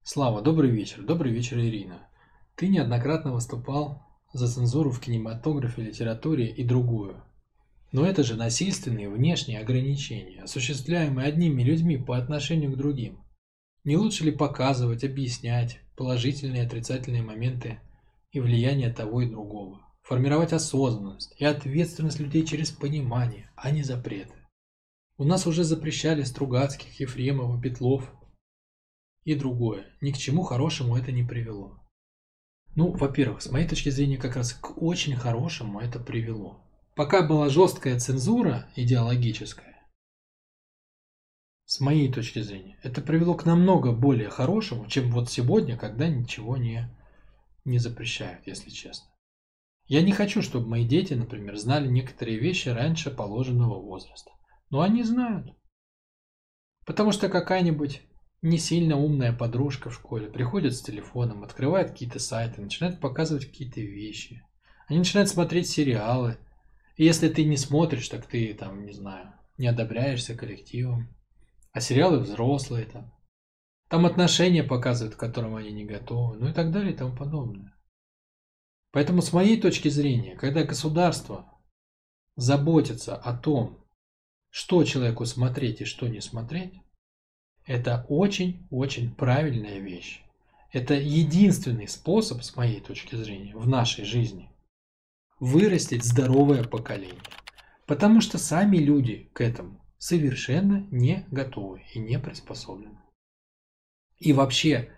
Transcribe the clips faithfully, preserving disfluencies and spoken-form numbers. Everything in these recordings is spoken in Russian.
Слава, добрый вечер. Добрый вечер, Ирина. Ты неоднократно выступал за цензуру в кинематографе, литературе и другую. Но это же насильственные внешние ограничения, осуществляемые одними людьми по отношению к другим. Не лучше ли показывать, объяснять положительные и отрицательные моменты и влияние того и другого? Формировать осознанность и ответственность людей через понимание, а не запреты. У нас уже запрещали Стругацких, Ефремова, Петлов и другое. Ни к чему хорошему это не привело. Ну, во-первых, с моей точки зрения, как раз к очень хорошему это привело. Пока была жесткая цензура идеологическая, с моей точки зрения, это привело к намного более хорошему, чем вот сегодня, когда ничего не, не запрещают, если честно. Я не хочу, чтобы мои дети, например, знали некоторые вещи раньше положенного возраста. Но они знают. Потому что какая-нибудь не сильно умная подружка в школе приходит с телефоном, открывает какие-то сайты, начинает показывать какие-то вещи. Они начинают смотреть сериалы. И если ты не смотришь, так ты там, не знаю, не одобряешься коллективом. А сериалы взрослые там. Там отношения показывают, к которым они не готовы. Ну и так далее и тому подобное. Поэтому с моей точки зрения, когда государство заботится о том, что человеку смотреть и что не смотреть, это очень-очень правильная вещь. Это единственный способ, с моей точки зрения, в нашей жизни вырастить здоровое поколение. Потому что сами люди к этому совершенно не готовы и не приспособлены. И вообще,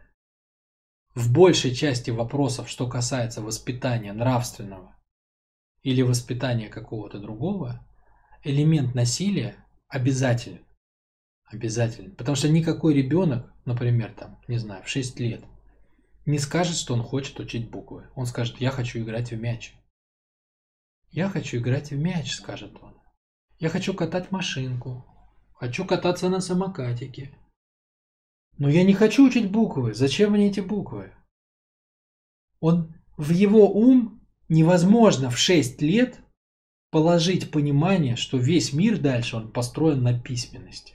в большей части вопросов, что касается воспитания нравственного или воспитания какого-то другого, элемент насилия обязателен. Обязательно. Потому что никакой ребенок, например, там, не знаю, в шесть лет, не скажет, что он хочет учить буквы. Он скажет, я хочу играть в мяч. Я хочу играть в мяч, скажет он. Я хочу катать машинку. Хочу кататься на самокатике. Но я не хочу учить буквы. Зачем мне эти буквы? Он, в его ум невозможно в шесть лет положить понимание, что весь мир дальше он построен на письменности.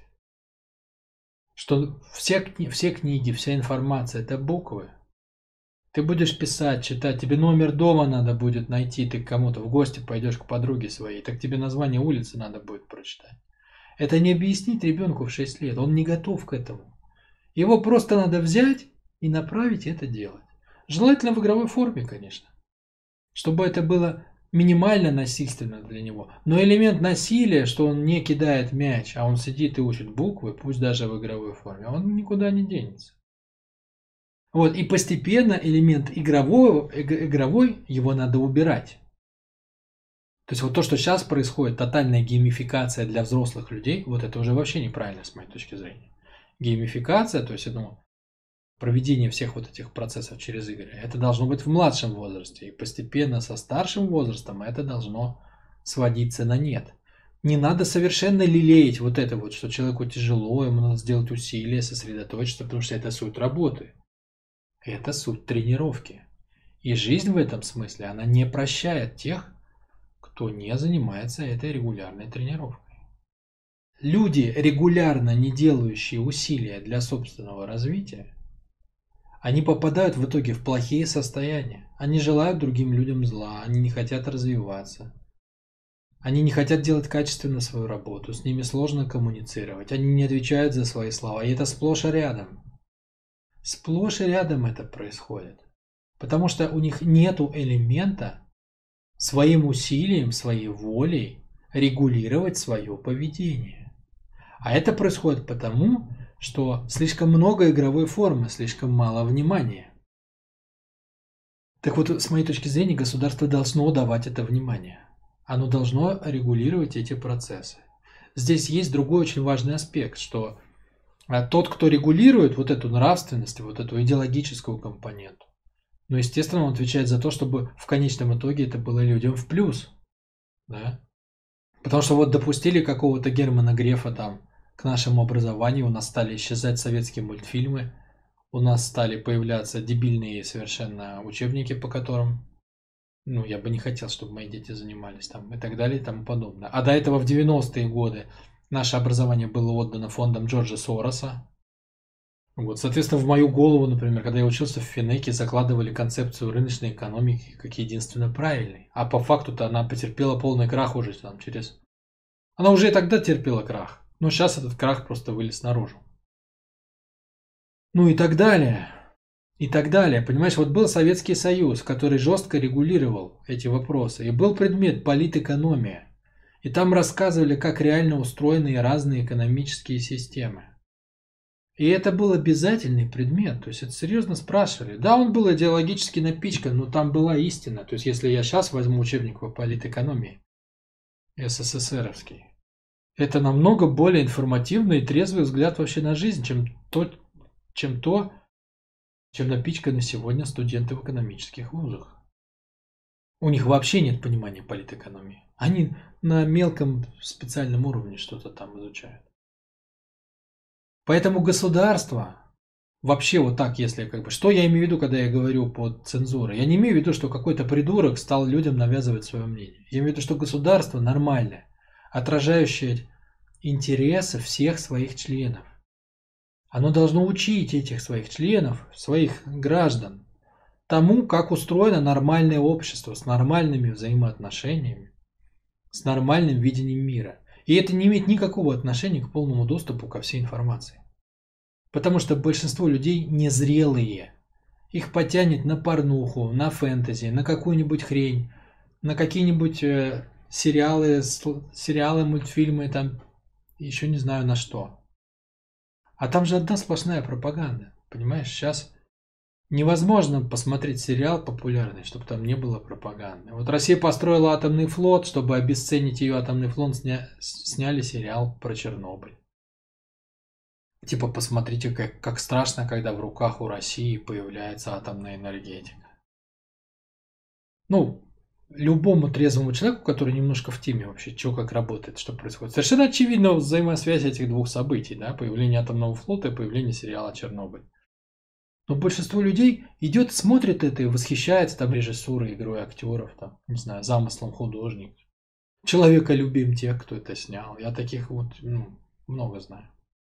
Что все, все книги, вся информация – это буквы. Ты будешь писать, читать, тебе номер дома надо будет найти, ты к кому-то в гости пойдешь к подруге своей, так тебе название улицы надо будет прочитать. Это не объяснить ребенку в шесть лет, он не готов к этому. Его просто надо взять и направить это делать. Желательно в игровой форме, конечно. Чтобы это было минимально насильственно для него. Но элемент насилия, что он не кидает мяч, а он сидит и учит буквы, пусть даже в игровой форме, он никуда не денется. Вот, и постепенно элемент игрового, игровой, его надо убирать. То есть вот то, что сейчас происходит, тотальная геймификация для взрослых людей, вот это уже вообще неправильно с моей точки зрения. Геймификация, то есть ну, проведение всех вот этих процессов через игры, это должно быть в младшем возрасте. И постепенно со старшим возрастом это должно сводиться на нет. Не надо совершенно лелеять вот это вот, что человеку тяжело, ему надо сделать усилия, сосредоточиться, потому что это суть работы. Это суть тренировки. И жизнь в этом смысле, она не прощает тех, кто не занимается этой регулярной тренировкой. Люди, регулярно не делающие усилия для собственного развития, они попадают в итоге в плохие состояния. Они желают другим людям зла, они не хотят развиваться. Они не хотят делать качественно свою работу, с ними сложно коммуницировать, они не отвечают за свои слова, и это сплошь и рядом. Сплошь и рядом это происходит. Потому что у них нету элемента своим усилием, своей волей регулировать свое поведение. А это происходит потому, что слишком много игровой формы, слишком мало внимания. Так вот, с моей точки зрения, государство должно давать это внимание. Оно должно регулировать эти процессы. Здесь есть другой очень важный аспект, что тот, кто регулирует вот эту нравственность, вот эту идеологическую компоненту, ну, естественно, он отвечает за то, чтобы в конечном итоге это было людям в плюс. Да? Потому что вот допустили какого-то Германа Грефа там к нашему образованию, у нас стали исчезать советские мультфильмы, у нас стали появляться дебильные совершенно учебники, по которым, ну, я бы не хотел, чтобы мои дети занимались там и так далее и тому подобное. А до этого в девяностые годы наше образование было отдано фондом Джорджа Сороса. Вот, соответственно, в мою голову, например, когда я учился в Финеке, закладывали концепцию рыночной экономики как единственно правильной. А по факту-то она потерпела полный крах уже там через... Она уже и тогда терпела крах. Но сейчас этот крах просто вылез наружу. Ну и так далее. И так далее. Понимаешь, вот был Советский Союз, который жестко регулировал эти вопросы. И был предмет политэкономия. И там рассказывали, как реально устроены разные экономические системы. И это был обязательный предмет, то есть это серьезно спрашивали. Да, он был идеологически напичкан, но там была истина. То есть если я сейчас возьму учебник по политэкономии, СССРовский, это намного более информативный и трезвый взгляд вообще на жизнь, чем то, чем то, чем напичканы сегодня студенты в экономических вузах. У них вообще нет понимания политэкономии. Они на мелком специальном уровне что-то там изучают. Поэтому государство, вообще вот так, если как бы, что я имею в виду, когда я говорю под цензурой? Я не имею в виду, что какой-то придурок стал людям навязывать свое мнение. Я имею в виду, что государство нормальное, отражающее интересы всех своих членов. Оно должно учить этих своих членов, своих граждан, тому, как устроено нормальное общество с нормальными взаимоотношениями, с нормальным видением мира. И это не имеет никакого отношения к полному доступу ко всей информации. Потому что большинство людей незрелые. Их потянет на порнуху, на фэнтези, на какую-нибудь хрень, на какие-нибудь э, сериалы, сериалы, мультфильмы, там, еще не знаю на что. А там же одна сплошная пропаганда. Понимаешь, сейчас невозможно посмотреть сериал популярный, чтобы там не было пропаганды. Вот Россия построила атомный флот, чтобы обесценить ее атомный флот, сня... сняли сериал про Чернобыль. Типа, посмотрите, как, как страшно, когда в руках у России появляется атомная энергетика. Ну, любому трезвому человеку, который немножко в теме вообще, что как работает, что происходит. Совершенно очевидна взаимосвязь этих двух событий, да, появление атомного флота и появление сериала «Чернобыль». Но большинство людей идет, смотрит это и восхищается там режиссурой, игрой актеров, там, не знаю, замыслом художника. Человеколюбием тех, кто это снял. Я таких вот ну, много знаю.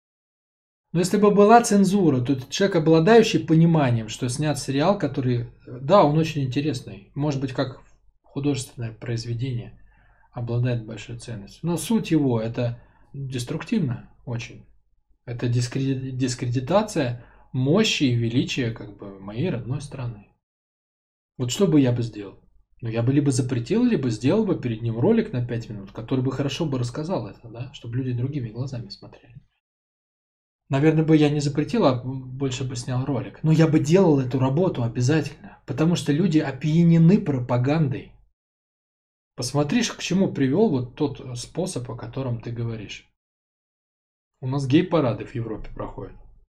Но если бы была цензура, то человек, обладающий пониманием, что снят сериал, который, да, он очень интересный, может быть, как художественное произведение, обладает большой ценностью. Но суть его это деструктивно очень. Это дискредитация мощи и величия как бы моей родной страны. Вот что бы я бы сделал? Ну, я бы либо запретил, либо сделал бы перед ним ролик на пять минут, который бы хорошо бы рассказал это, да, чтобы люди другими глазами смотрели. Наверное, бы я не запретил, а больше бы снял ролик. Но я бы делал эту работу обязательно, потому что люди опьянены пропагандой. Посмотришь, к чему привел вот тот способ, о котором ты говоришь. У нас гей-парады в Европе проходят.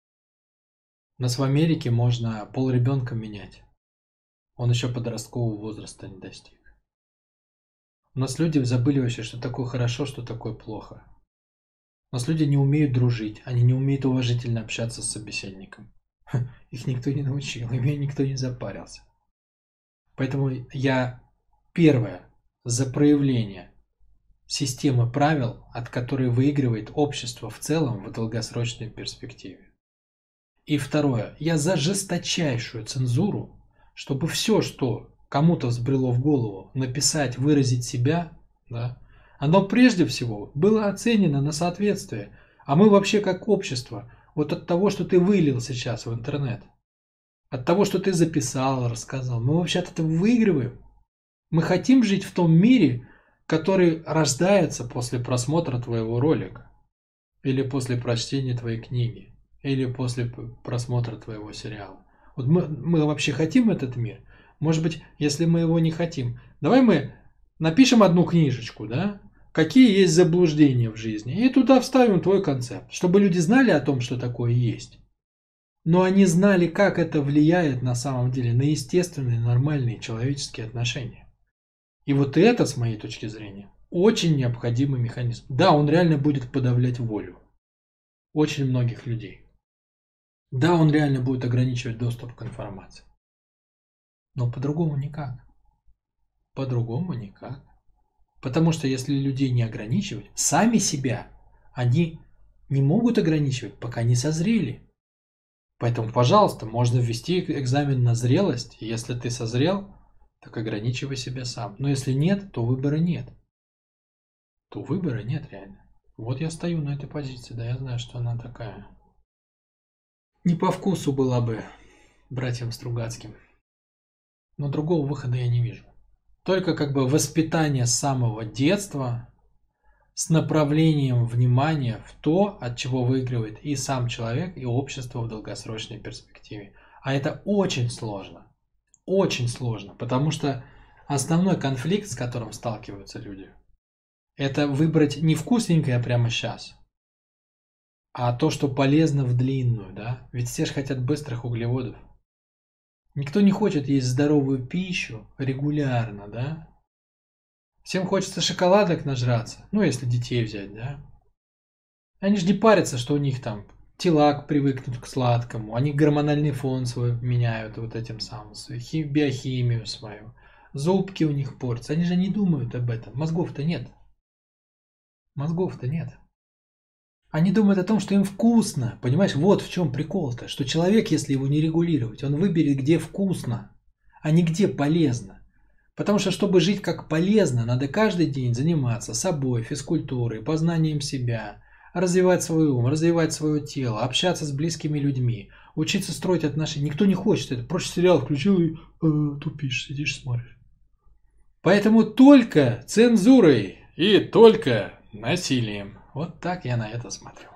У нас в Америке можно пол ребенка менять. Он еще подросткового возраста не достиг. У нас люди забыли вообще, что такое хорошо, что такое плохо. У нас люди не умеют дружить, они не умеют уважительно общаться с собеседником. Их никто не научил, ими никто не запарился. Поэтому я первое за проявление системы правил, от которой выигрывает общество в целом в долгосрочной перспективе. И второе, я за жесточайшую цензуру, чтобы все, что кому-то взбрело в голову, написать, выразить себя, да, оно прежде всего было оценено на соответствие. А мы вообще как общество, вот от того, что ты вылил сейчас в интернет, от того, что ты записал, рассказал, мы вообще от этого выигрываем. Мы хотим жить в том мире, который рождается после просмотра твоего ролика, или после прочтения твоей книги, или после просмотра твоего сериала. Вот мы, мы вообще хотим этот мир? Может быть, если мы его не хотим, давай мы напишем одну книжечку, да? Какие есть заблуждения в жизни, и туда вставим твой концепт, чтобы люди знали о том, что такое есть. Но они знали, как это влияет на самом деле на естественные, нормальные человеческие отношения. И вот это, с моей точки зрения, очень необходимый механизм. Да, он реально будет подавлять волю очень многих людей. Да, он реально будет ограничивать доступ к информации. Но по-другому никак. По-другому никак. Потому что если людей не ограничивать, сами себя, они не могут ограничивать, пока не созрели. Поэтому, пожалуйста, можно ввести экзамен на зрелость. И если ты созрел, так ограничивай себя сам. Но если нет, то выбора нет. То выбора нет реально. Вот я стою на этой позиции, да, я знаю, что она такая. Не по вкусу была бы братьям Стругацким. Но другого выхода я не вижу. Только как бы воспитание с самого детства с направлением внимания в то, от чего выигрывает и сам человек, и общество в долгосрочной перспективе. А это очень сложно. Очень сложно, потому что основной конфликт, с которым сталкиваются люди, это выбрать не вкусненькое прямо сейчас, а то, что полезно в длинную, да? Ведь все же хотят быстрых углеводов. Никто не хочет есть здоровую пищу регулярно, да? Всем хочется шоколадок нажраться, ну, если детей взять, да? Они же не парятся, что у них там тела привыкнут к сладкому, они гормональный фон свой меняют вот этим самым, свою биохимию свою, зубки у них портятся, они же не думают об этом, мозгов-то нет. Мозгов-то нет. Они думают о том, что им вкусно, понимаешь, вот в чем прикол-то, что человек, если его не регулировать, он выберет, где вкусно, а не где полезно. Потому что, чтобы жить как полезно, надо каждый день заниматься собой, физкультурой, познанием себя, развивать свой ум, развивать свое тело, общаться с близкими людьми, учиться строить отношения. Никто не хочет это. Проще сериал включил и э, тупишь, сидишь, смотришь. Поэтому только цензурой и только насилием. Вот так я на это смотрю.